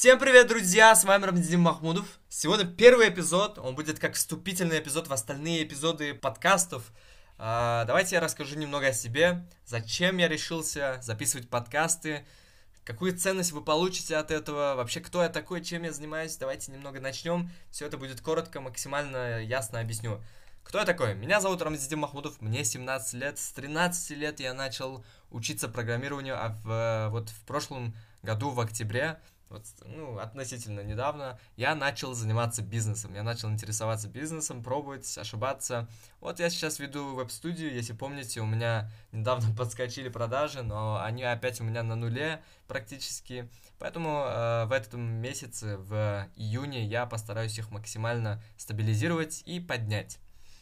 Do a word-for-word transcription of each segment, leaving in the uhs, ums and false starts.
Всем привет, друзья! С вами Рамзин Махмудов. Сегодня первый эпизод, он будет как вступительный эпизод в остальные эпизоды подкастов. А, давайте я расскажу немного о себе, зачем я решился записывать подкасты, какую ценность вы получите от этого, вообще кто я такой, чем я занимаюсь. Давайте немного начнем, все это будет коротко, максимально ясно объясню. Кто я такой? Меня зовут Рамзин Махмудов, мне семнадцать лет, с тринадцати лет я начал учиться программированию, а в, вот в прошлом году, в октябре, вот, ну, относительно недавно, я начал заниматься бизнесом. Я начал интересоваться бизнесом, пробовать, ошибаться. Вот я сейчас веду веб-студию, если помните, у меня недавно подскочили продажи, но они опять у меня на нуле практически. Поэтому э, в этом месяце, в июне, я постараюсь их максимально стабилизировать и поднять.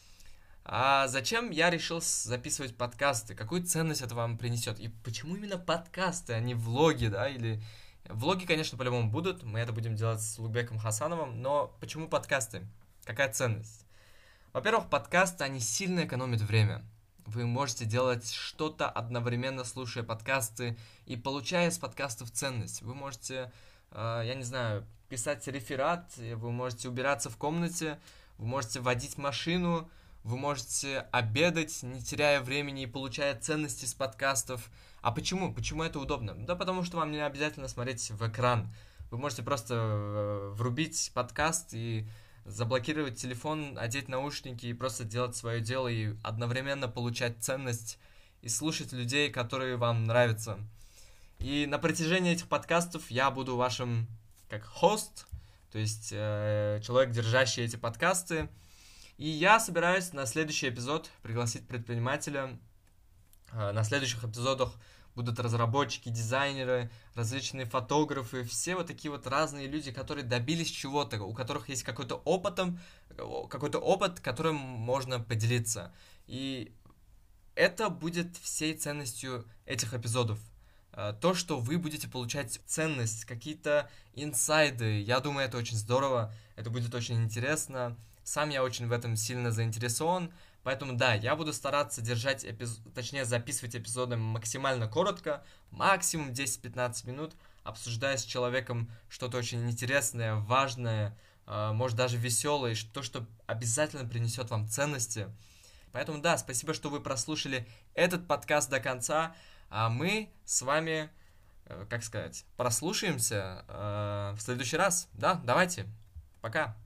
А зачем я решил записывать подкасты? Какую ценность это вам принесет? И почему именно подкасты, а не влоги, да, или... Влоги, конечно, по-любому будут, мы это будем делать с Лукбеком Хасановым, но почему подкасты? Какая ценность? Во-первых, подкасты, они сильно экономят время. Вы можете делать что-то одновременно, слушая подкасты и получая из подкастов ценность. Вы можете, я не знаю, писать реферат, вы можете убираться в комнате, вы можете водить машину, вы можете обедать, не теряя времени и получая ценности с подкастов. А почему? Почему это удобно? Да потому что вам не обязательно смотреть в экран. Вы можете просто врубить подкаст и заблокировать телефон, одеть наушники и просто делать свое дело и одновременно получать ценность и слушать людей, которые вам нравятся. И на протяжении этих подкастов я буду вашим как хост, то есть э, человек, держащий эти подкасты. И я собираюсь на следующий эпизод пригласить предпринимателя. На следующих эпизодах будут разработчики, дизайнеры, различные фотографы, все вот такие вот разные люди, которые добились чего-то, у которых есть какой-то опытом, какой-то опыт, которым можно поделиться. И это будет всей ценностью этих эпизодов. То, что вы будете получать ценность, какие-то инсайды. Я думаю, это очень здорово, это будет очень интересно. Сам я очень в этом сильно заинтересован, поэтому да, я буду стараться держать, эпиз... точнее записывать эпизоды максимально коротко, максимум десять-пятнадцать минут, обсуждая с человеком что-то очень интересное, важное, может даже веселое, то, что обязательно принесет вам ценности. Поэтому да, спасибо, что вы прослушали этот подкаст до конца, а мы с вами, как сказать, прослушаемся в следующий раз. Да, давайте, пока.